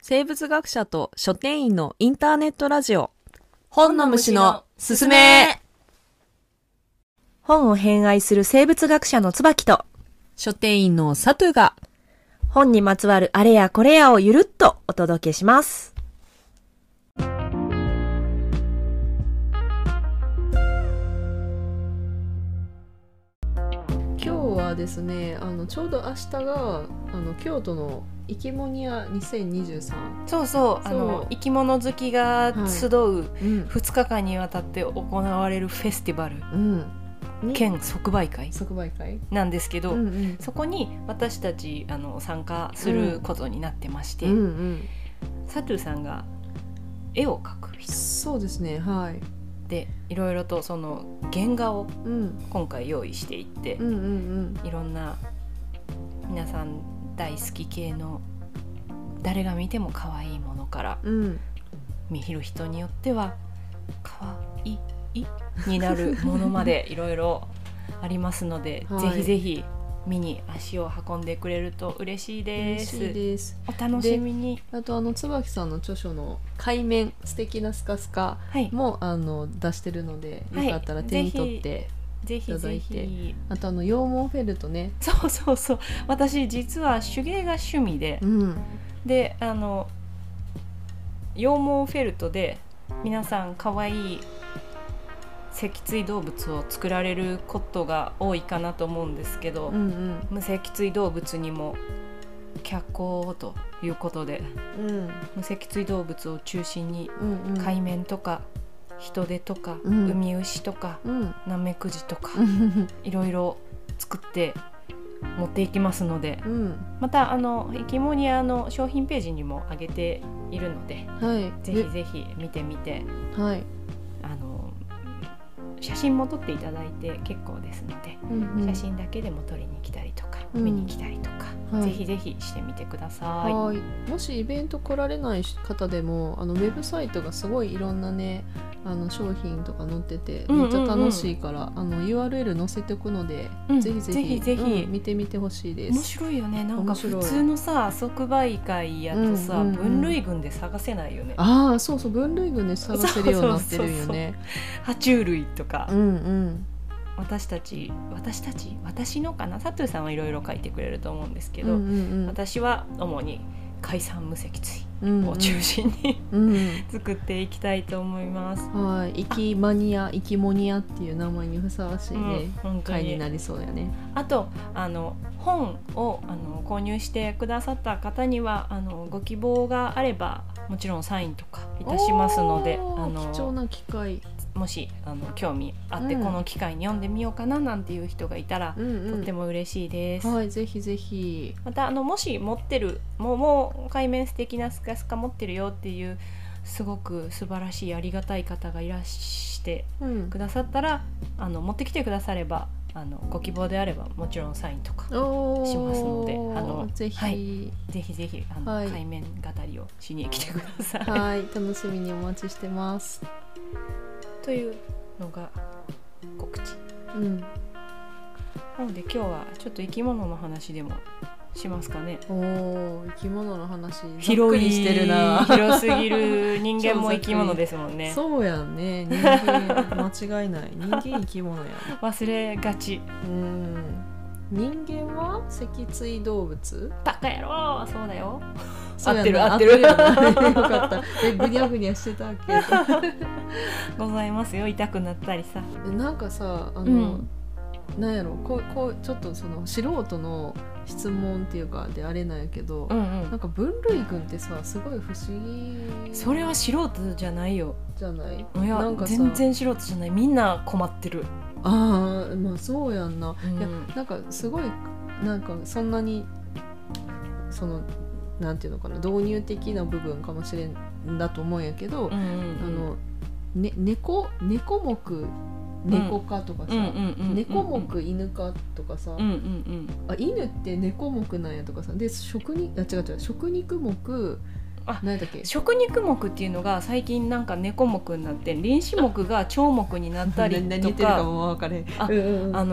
生物学者と書店員のインターネットラジオ、本の虫のすすめ。 本を偏愛する生物学者の椿と書店員のサトゥが本にまつわるあれやこれやをゆるっとお届けします。 今日はですね、ちょうど明日が京都の生き物屋2023。 そう生き物好きが集う2日間にわたって行われるフェスティバル、兼即売会なんですけど、そこに私たち参加することになってまして、サトゥさんが絵を描く人。 そうですね、はい。 でいろいろとその原画を今回用意していって、いろんな皆さん大好き系の誰が見ても可愛いものから、見る人によっては可愛いになるものまでいろいろありますので、ぜひぜひ見に足を運んでくれると嬉しいです。 嬉しいです。 お楽しみに。 あと椿さんの著書の海面素敵なスカスカも、出してるので、よかったら手に取っていただいて、あと羊毛フェルトね。 そう私実は手芸が趣味で、で羊毛フェルトで皆さん可愛い脊椎動物を作られることが多いかなと思うんですけど、無脊椎動物にも脚光ということで、無脊椎動物を中心に海面とか人手とか、ウミウシとか、ナメクジとか、いろいろ作って持っていきますので、また生き物屋の商品ページにも上げているので、ぜひぜひ見てみて、写真も撮っていただいて結構ですので、写真だけでも撮りに来たりとか、見に来たりとか、ぜひぜひしてみてください。 もしイベント来られない方でもウェブサイトがすごいいろんなね商品とか載っててめっちゃ楽しいから、URL 載せておくので、ぜひぜひ見てみてほしいです。 面白いよね。なんか普通のさ即売会やとさ、分類群で探せないよね。 そう分類群で探せるようになってるよね。 爬虫類とか、私のかな、サトゥさんはいろいろ書いてくれると思うんですけど、私は主に海産無脊椎を中心に作っていきたいと思います。 生き物屋っていう名前にふさわしいね、会になりそうやね。 あと本を購入してくださった方にはご希望があればもちろんサインとかいたしますので、 貴重な機会、 もし興味あって、この機会に読んでみようかななんていう人がいたら、とっても嬉しいです。 ぜひぜひ。 またもし持ってるもう海面素敵なスカスカ持ってるよっていうすごく素晴らしいありがたい方がいらしてくださったら、持ってきてくださればご希望であればもちろんサインとかしますので、ぜひぜひ海面語りをしに来てください。 楽しみにお待ちしてます。 というのが告知。なので今日はちょっと生き物の話でもしますかね。 生き物の話広いしてるな。広すぎる。人間も生き物ですもんね。 そうやんね。人間間違いない。人間生き物やん。 忘れがち。 人間は脊椎動物？ バカ野郎。そうだよ。 合ってるよかった。ぐにゃぐにゃしてたけどございますよ。痛くなったりさ。 なんかさなんやろ、こうちょっとその素人の質問っていうかであれなんやけど、なんか分類群ってさすごい不思議。 それは素人じゃないよ。 じゃない？ いやなんか全然素人じゃない。みんな困ってる。 そうやんな。いやなんかすごいなんかそんなにそのなんていうのかな、導入的な部分かもしれんだと思うんやけど、猫目猫科とかさ、猫目犬科とかさ、犬って猫目なんやとかさ、で食肉目何だっけ、 食肉目っていうのが最近なんか猫目になって、臨死目が鳥目になったりとか何言ってるかも分かれへん。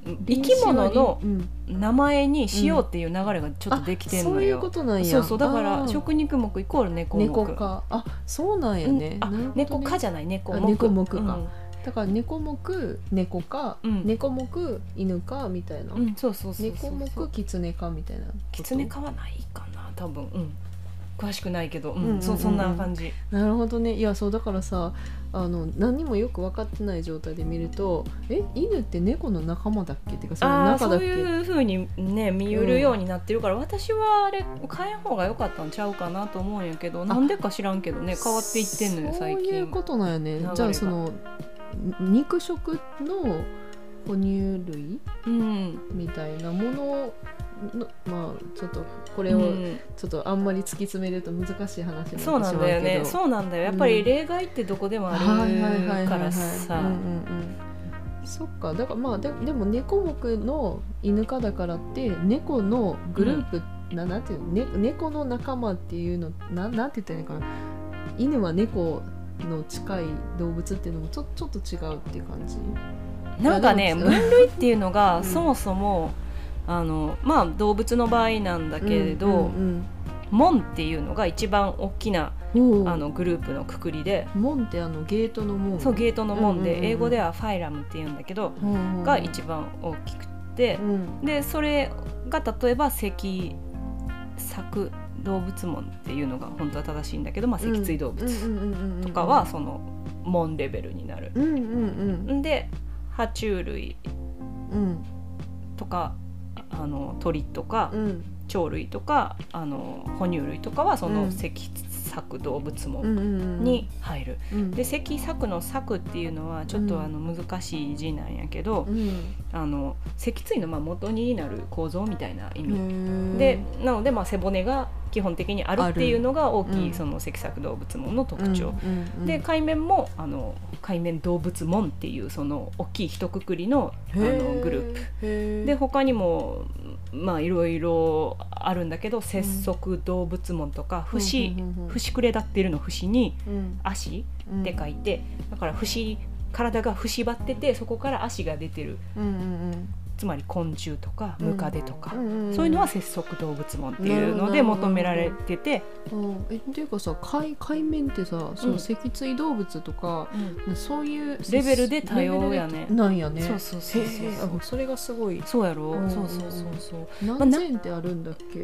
生き物の名前にしようっていう流れがちょっとできてんのよ、 そういうことなんや。 そうそう、だから食肉目イコール猫目。 猫科。あ、そうなんやね。 猫科じゃない、猫目。 猫目か。だから猫目猫か、猫目犬かみたいな。 そうそうそう。 猫目キツネかみたいな。 キツネ科はないかな多分。詳しくないけど、そんな感じ。 なるほどね。いや、そうだからさ、何もよく分かってない状態で見ると、犬って猫の仲間だっけっていうか、その中だっけ。 そういう風にね見えるようになってるから、私はあれ変えん方が良かったんちゃうかなと思うんやけど、なんでか知らんけどね変わっていってんのよ最近。 そういうことなんやね。じゃあその肉食の哺乳類、みたいなものの、まあちょっとこれをちょっとあんまり突き詰めると難しい話になってしまうけど、 そうなんだよね。そうなんだよ。やっぱり例外ってどこでもあるからさ。 そっか。だからまあ でも猫目の犬科だからって猫のグループ、なんていうの、猫の仲間っていうのなんて言ったらいいのかな。犬は猫の近い動物っていうのもちょっと違うっていう感じ。 なんかね、分類っていうのがそもそもまあ動物の場合なんだけれど、門っていうのが一番大きなグループのくくりで、 門ってゲートの門。 そう、ゲートの門で、英語ではファイラムっていうんだけど、が一番大きくて、でそれが例えば脊索動物門っていうのが本当は正しいんだけど、脊椎動物とかはその門レベルになる。で爬虫類とか鳥とか、鳥類とか哺乳類とかはその脊索動物門に入る。で脊索の索っていうのはちょっと難しい字なんやけど、脊椎の元になる構造みたいな意味で、なので背骨が基本的にあるっていうのが大きいその脊索動物門の特徴で、海面も海面動物門っていうその大きい一括りのグループで、他にもいろいろあるんだけど、節足動物門とか節くれ立ってるの節に足って書いて、だから体が節張っててそこから足が出てる、つまり昆虫とかムカデとか、そういうのは節足動物門っていうので求められてて、 っていうかさ、海面ってさ、その脊椎動物とか、そういうレベルで多様やね。 なんやね。 そうそうそうそう。 それがすごい。 そうやろ。そうそうそうそう。 何千ってあるんだっけ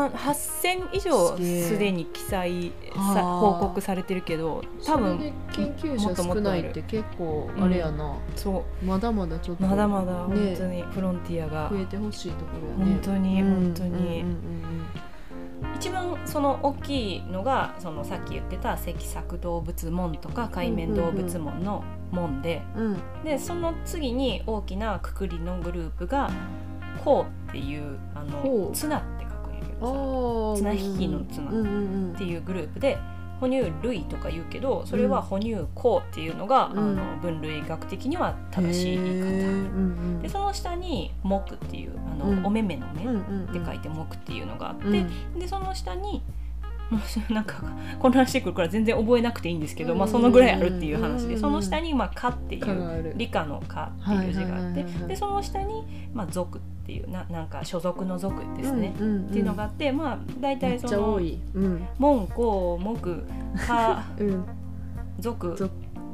？8000以上すでに記載報告されてるけど、多分それで研究者少ないって結構あれやな。 そうまだまだちょっとまだまだ本当にフロンティアが増えてほしいところやね。 本当に本当に。一番その大きいのがそのさっき言ってた脊索動物門とか海面動物門の門で、でその次に大きなくくりのグループが甲っていう綱って書くんやけどさ、綱引きの綱っていうグループで、哺乳類とか言うけど、それは哺乳甲っていうのが、分類学的には正しい言い方で、その下に目っていうお目目の目って書いて目っていうのがあって、でその下になんか混乱してくるから全然覚えなくていいんですけど、そのぐらいあるっていう話で、その下に科っていう理科の科っていう字があって、でその下に属っていうなんか所属の属ですね、っていうのがあって、だいたいその門甲目科属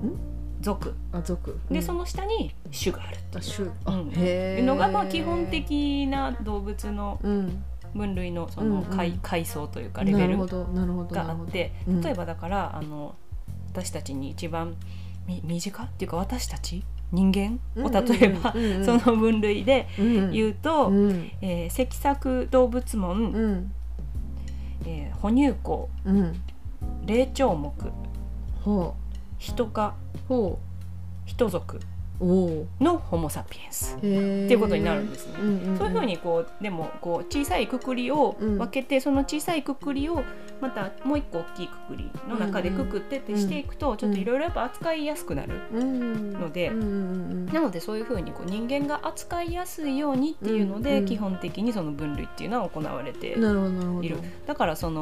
で、その下に種があるっていうのが基本的な動物の分類のその階層というかレベルがあって、例えばだから私たちに一番身近っていうか、私たち人間を例えばその分類で言うと、脊索動物門、哺乳綱、霊長目、人科、人属のホモ・サピエンスっていうことになるんですね。そういうふうにでも小さいくくりを分けて、その小さいくくりをまたもう一個大きいくくりの中でくくってってしていくと、ちょっといろいろやっぱ扱いやすくなるので、なのでそういうふうに人間が扱いやすいようにっていうので、基本的にその分類っていうのは行われている。だからその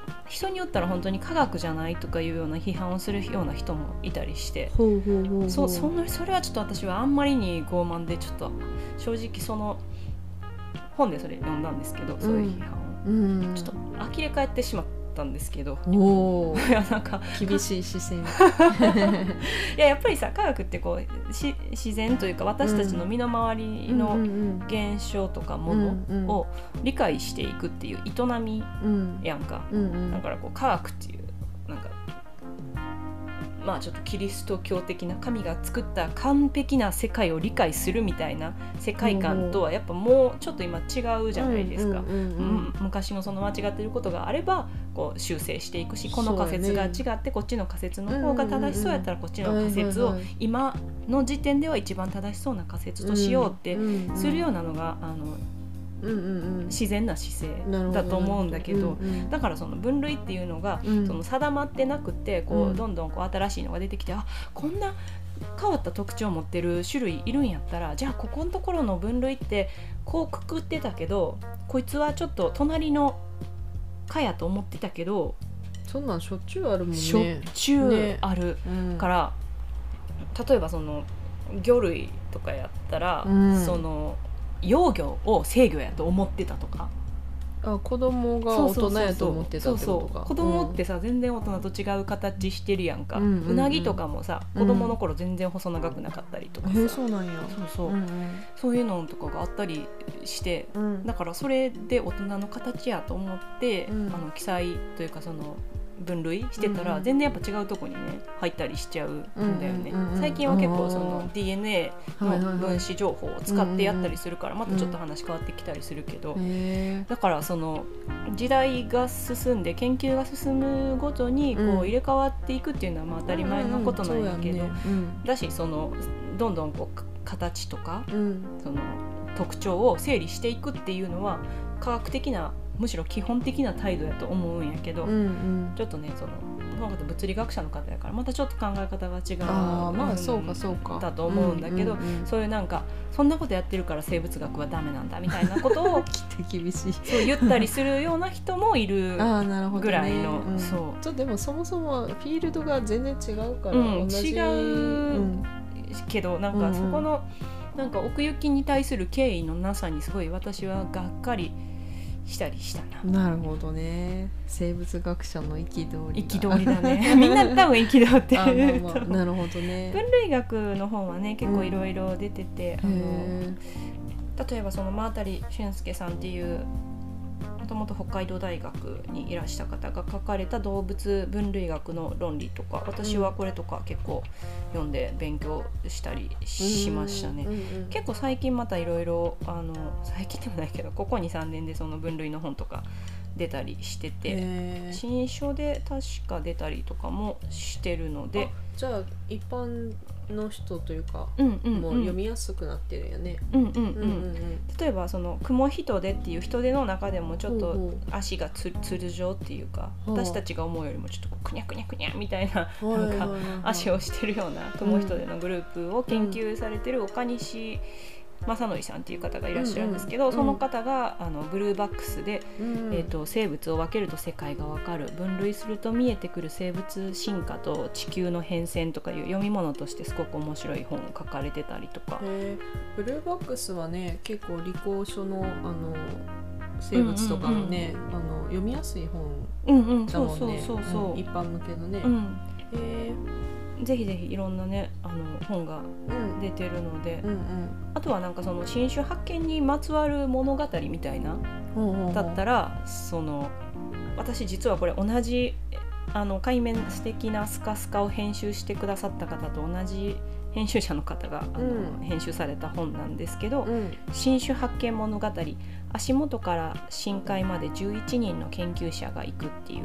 人によったら本当に科学じゃないとかいうような批判をするような人もいたりして、それはちょっと私はあんまりに傲慢で、ちょっと正直その本でそれ読んだんですけど、そういう批判を、ちょっと呆れ返ってしまったんですけど、いやなんか厳しい視線やっぱりさ、科学ってこう自然というか私たちの身の回りの現象とかものを理解していくっていう営みやんか、だからこう科学っていうなんかまあちょっとキリスト教的な神が作った完璧な世界を理解するみたいな世界観とはやっぱもうちょっと今違うじゃないですか。昔のその間違ってることがあればこう修正していくし、この仮説が違ってこっちの仮説の方が正しそうやったらこっちの仮説を今の時点では一番正しそうな仮説としようってするようなのが自然な姿勢だと思うんだけど、だからその分類っていうのがその定まってなくてこうどんどんこう新しいのが出てきて、あ、こんな変わった特徴を持ってる種類いるんやったら、じゃあここのところの分類ってこうくくってたけどこいつはちょっと隣の蚊やと思ってたけど、 そんなんしょっちゅうあるもんね。 しょっちゅうあるから、例えばその魚類とかやったら、その幼魚を成魚やと思ってたとか、 子供が大人やと思ってたってことか。 子供ってさ、全然大人と違う形してるやんか。うなぎとかもさ、子供の頃全然細長くなかったりとかさ、 そうなんや。 そういうのとかがあったりして、だからそれで大人の形やと思って、記載というかその分類してたら、全然やっぱ違うとこにね入ったりしちゃうんだよね。最近は結構その DNA の分子情報を使ってやったりするから、またちょっと話変わってきたりするけど、だからその時代が進んで研究が進むごとにこう入れ替わっていくっていうのはまあ当たり前のことなんやけど、だしそのどんどんこう形とか、その特徴を整理していくっていうのは科学的なむしろ基本的な態度やと思うんやけど、ちょっとねその物理学者の方やからまたちょっと考え方が違うだと思うんだけど、そういうなんかそんなことやってるから生物学はダメなんだみたいなことを厳しいそう言ったりするような人もいるぐらいの、 そうでもそもそもフィールドが全然違うから、 違うけどなんかそこのなんか奥行きに対する敬意のなさにすごい私はがっかりしたりしたな。 なるほどね。生物学者の憤りだね。みんな多分憤ってるなるほどね。 分類学の本はね結構いろいろ出てて、例えばその馬渡俊介さんっていうもともと北海道大学にいらした方が書かれた動物分類学の論理とか、私はこれとか結構読んで勉強したりしましたね。結構最近またいろいろ最近でもないけどここ 2,3 年でその分類の本とか出たりしてて、新書で確か出たりとかもしてるので、 じゃあ一般の人というか、もう読みやすくなってるよね。 例えばそのクモヒトデっていうヒトデの中でもちょっと足がつる状っていうか、私たちが思うよりもちょっとくにゃくにゃくにゃみたいな、なんか足をしてるようなクモヒトデのグループを研究されてる岡西正則さんっていう方がいらっしゃるんですけど、その方がブルーバックスで、生物を分けると世界が分かる、分類すると見えてくる生物進化と地球の変遷とかいう読み物としてすごく面白い本を書かれてたりとか。 ブルーバックスはね結構理工書の生物とかもね、読みやすい本だもんね。一般向けのね。 ぜひぜひいろんなね本が出てるので、あとはなんかその新種発見にまつわる物語みたいなだったら、その私実はこれ同じ海面素敵なスカスカを編集してくださった方と同じ編集者の方が編集された本なんですけど、新種発見物語、足元から深海まで11人の研究者が行くっていう、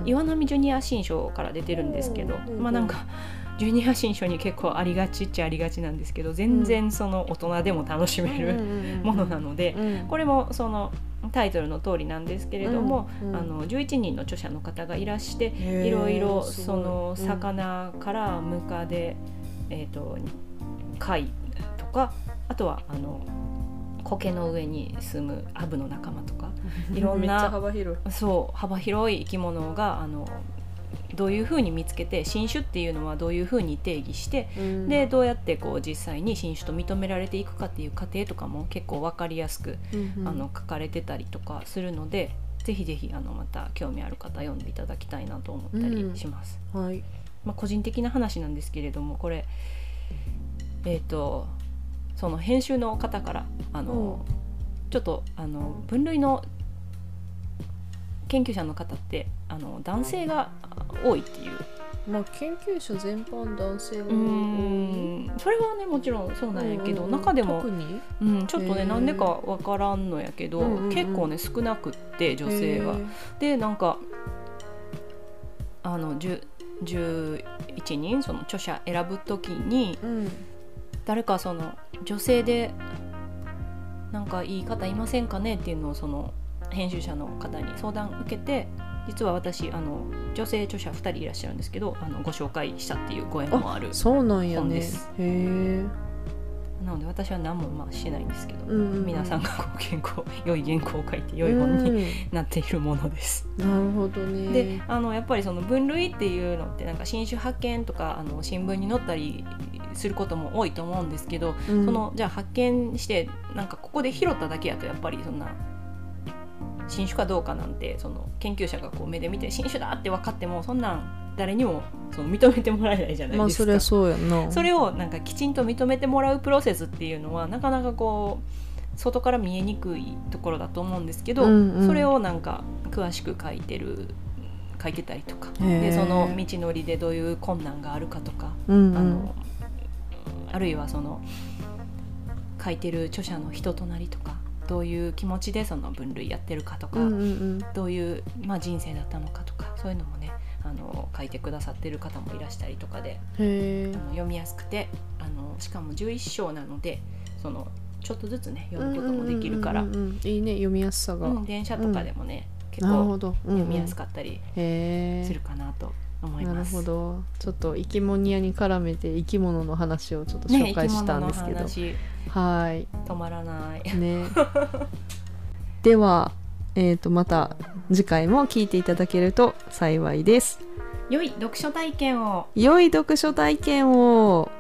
岩波ジュニア新書から出てるんですけど、まあなんかジュニア新書に結構ありがちっちゃありがちなんですけど、全然その大人でも楽しめるものなので、これもそのタイトルの通りなんですけれども、11人の著者の方がいらして、いろいろその魚からムカデ、貝とか、あとは苔の上に住むアブの仲間とかいろんなめっちゃ幅広い。 そう幅広い生き物がどういうふうに見つけて、新種っていうのはどういうふうに定義して、でどうやってこう実際に新種と認められていくかっていう過程とかも結構分かりやすく、書かれてたりとかするので、ぜひぜひまた興味ある方読んでいただきたいなと思ったりします。 はい。 個人的な話なんですけれども、これその編集の方からちょっと分類の研究者の方って男性が多いっていう、 研究者全般男性が多い。 それはねもちろんそうなんやけど、中でも特に、 ちょっとねなんでかわからんのやけど、結構ね少なくって女性が。でなんか11人その著者選ぶときに、誰かその女性でなんかいい方いませんかねっていうのをその編集者の方に相談受けて、実は私女性著者2人いらっしゃるんですけどご紹介したっていうご縁もある本です。 そうなんやね。へー。 なので私は何もしてないんですけど、皆さんが良い原稿を書いて良い本になっているものです。 なるほどね。 でやっぱりその分類っていうのってなんか新種発見とか新聞に載ったりすることも多いと思うんですけど、そのじゃあ発見してなんかここで拾っただけやとやっぱりそんな新種かどうかなんてその研究者がこう目で見て新種だって分かってもそんなん誰にもその認めてもらえないじゃないですか。 それはそうやな。 それをなんかきちんと認めてもらうプロセスっていうのはなかなかこう外から見えにくいところだと思うんですけど、それをなんか詳しく書いてたりとかで、その道のりでどういう困難があるかとか、あるいはその書いてる著者の人となりとかどういう気持ちでその分類やってるかとか、どういう、人生だったのかとか、そういうのもね書いてくださってる方もいらしたりとかで、読みやすくてしかも11章なのでそのちょっとずつね読むこともできるから、 いいね、読みやすさが、 電車とかでもね、結構読みやすかったりするかなと思います。 なるほど。ちょっと生き物屋に絡めて生き物の話をちょっと紹介したんですけど、はい、 止まらないね。では、また次回も聞いていただけると幸いです。 良い読書体験を。 良い読書体験を。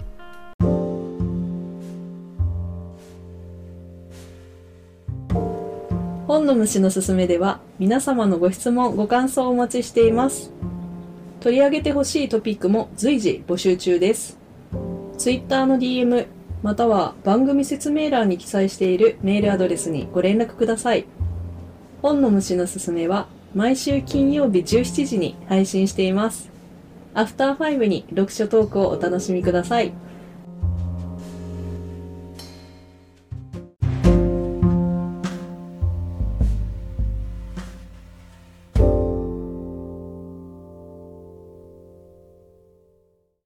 本の虫のすすめでは皆様のご質問ご感想をお待ちしています。取り上げてほしいトピックも随時募集中です。Twitter の DM または番組説明欄に記載しているメールアドレスにご連絡ください。本の虫のすすめは毎週金曜日17時に配信しています。アフター5に読書トークをお楽しみください。